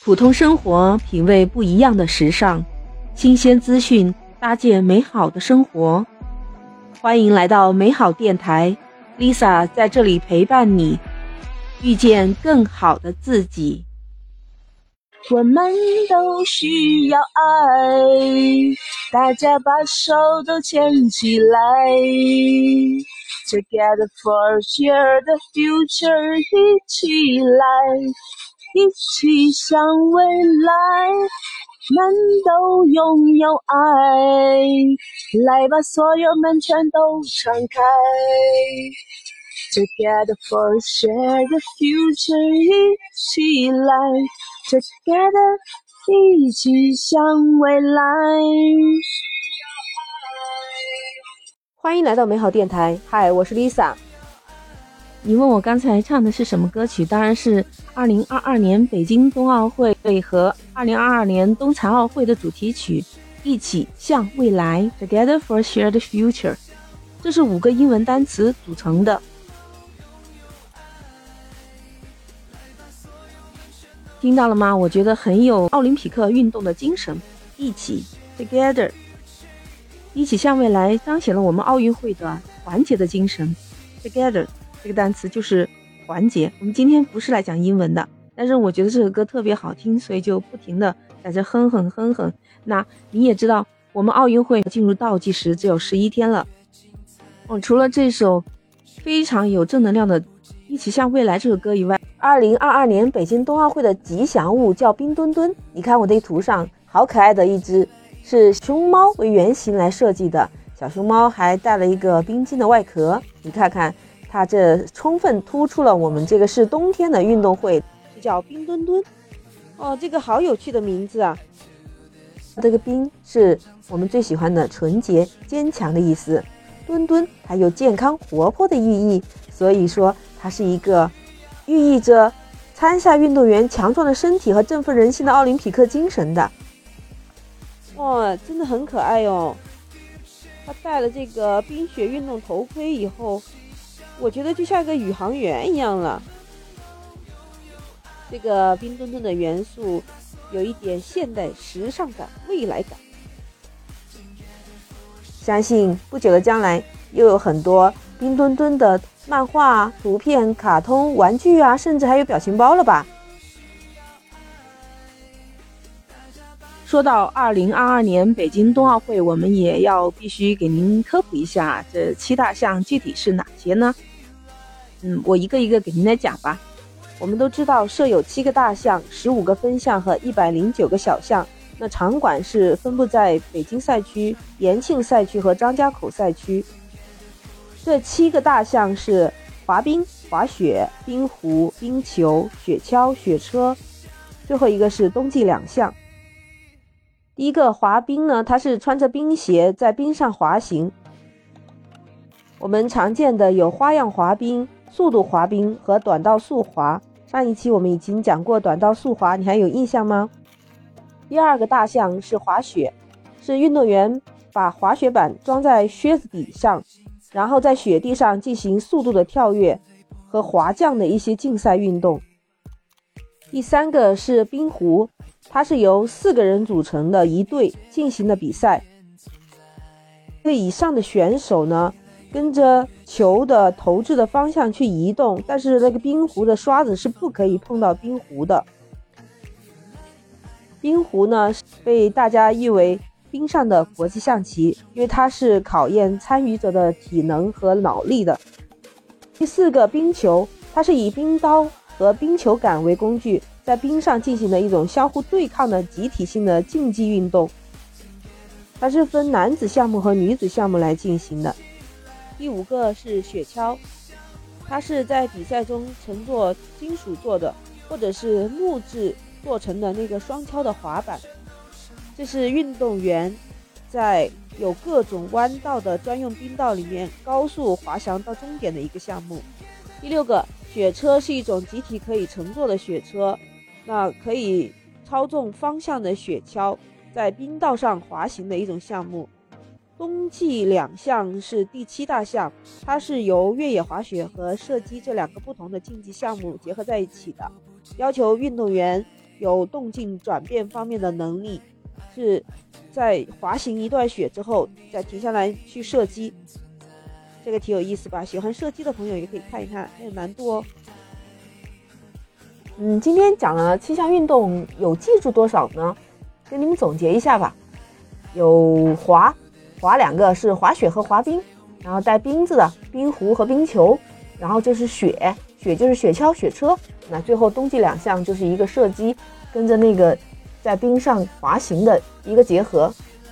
普通生活，品味不一样的时尚，新鲜资讯，搭建美好的生活。欢迎来到美好电台 ，Lisa 在这里陪伴你，遇见更好的自己。 我们都需要爱，大家把手都牵起来 Together for share the future， 一起来，一起向未来，们都拥有爱，来吧，所有门全都敞开Together for share the future， 一起来 Together 一起向未来。 欢迎来到美好电台，嗨，我是 Lisa。 你问我刚才唱的是什么歌曲？当然是2022年北京冬奥会和2022年冬残奥会的主题曲《一起向未来》 Together for Shared Future。 这是5个英文单词组成的。听到了吗？我觉得很有奥林匹克运动的精神。一起 Together， 一起向未来彰显了我们奥运会的团结的精神。 Together 这个单词就是团结。我们今天不是来讲英文的，但是我觉得这个歌特别好听，所以就不停的在这哼哼。那你也知道我们奥运会进入倒计时只有11天了。除了这首非常有正能量的一起向未来这首歌以外 ，2022年北京冬奥会的吉祥物叫冰墩墩。你看我这图上好可爱的一只，是熊猫为原型来设计的，小熊猫还带了一个冰晶的外壳。你看看它这充分突出了我们这个是冬天的运动会，就叫冰墩墩。这个好有趣的名字啊。这个冰是我们最喜欢的纯洁坚强的意思，墩墩还有健康活泼的寓意，所以说它是一个寓意着参赛运动员强壮的身体和振奋人心的奥林匹克精神的。真的很可爱哦。他戴了这个冰雪运动头盔以后，我觉得就像一个宇航员一样了。这个冰墩墩的元素有一点现代时尚感、未来感。相信不久的将来又有很多冰墩墩的漫画、图片、卡通、玩具啊，甚至还有表情包了吧。 说到2022年北京冬奥会，我们也要必须给您科普一下这7大项具体是哪些呢？我一个一个给您来讲吧。 我们都知道设有7个大项、15个分项和109个小项。那场馆是分布在北京赛区、延庆赛区和张家口赛区。这7个大项是滑冰、滑雪、冰壶、冰球、雪橇、雪车，最后一个是冬季2项。第一个滑冰呢，它是穿着冰鞋在冰上滑行。我们常见的有花样滑冰、速度滑冰和短道速滑。上一期我们已经讲过短道速滑，你还有印象吗？第二个大项是滑雪，是运动员把滑雪板装在靴子底上，然后在雪地上进行速度的跳跃和滑降的一些竞赛运动。第三个是冰壶，它是由4个人组成的一队进行的比赛。对以上的选手呢，跟着球的投掷的方向去移动，但是那个冰壶的刷子是不可以碰到冰壶的。冰壶呢，被大家誉为冰上的国际象棋，因为它是考验参与者的体能和脑力的。第4个冰球，它是以冰刀和冰球杆为工具，在冰上进行的一种相互对抗的集体性的竞技运动。它是分男子项目和女子项目来进行的。第5个是雪橇，它是在比赛中乘坐金属做的或者是木质做成的那个双橇的滑板，这是运动员在有各种弯道的专用冰道里面高速滑翔到终点的一个项目。第6个雪车是一种集体可以乘坐的雪车，那可以操纵方向的雪橇在冰道上滑行的一种项目。冬季2项是第7大项，它是由越野滑雪和射击这2个不同的竞技项目结合在一起的，要求运动员有动静转变方面的能力，是在滑行一段雪之后再停下来去射击，这个挺有意思吧？喜欢射击的朋友也可以看一看，很有难度哦。 今天讲了7项运动，有记住多少呢？跟你们总结一下吧。有滑2个是滑雪和滑冰，然后带冰字的冰壶和冰球，然后就是雪就是雪橇、雪车。那最后冬季2项就是一个射击，跟着那个在冰上滑行的一个结合。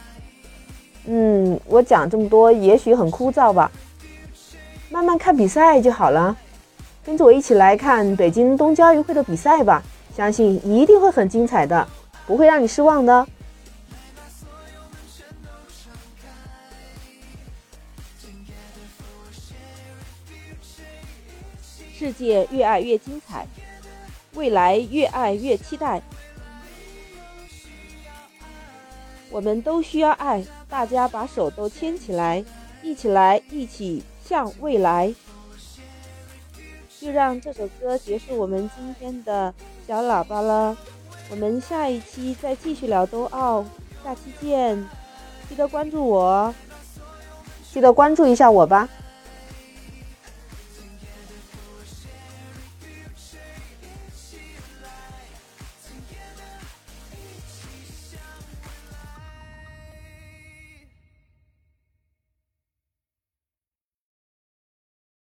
我讲这么多也许很枯燥吧，慢慢看比赛就好了。跟着我一起来看北京冬季奥运会的比赛吧，相信一定会很精彩的，不会让你失望的。 世界越爱越精彩，未来越爱越期待。我们都需要爱，大家把手都牵起来，一起向未来。就让这首歌结束我们今天的小喇叭了，我们下一期再继续聊冬奥，下期见，记得关注我， 记得关注一下我吧。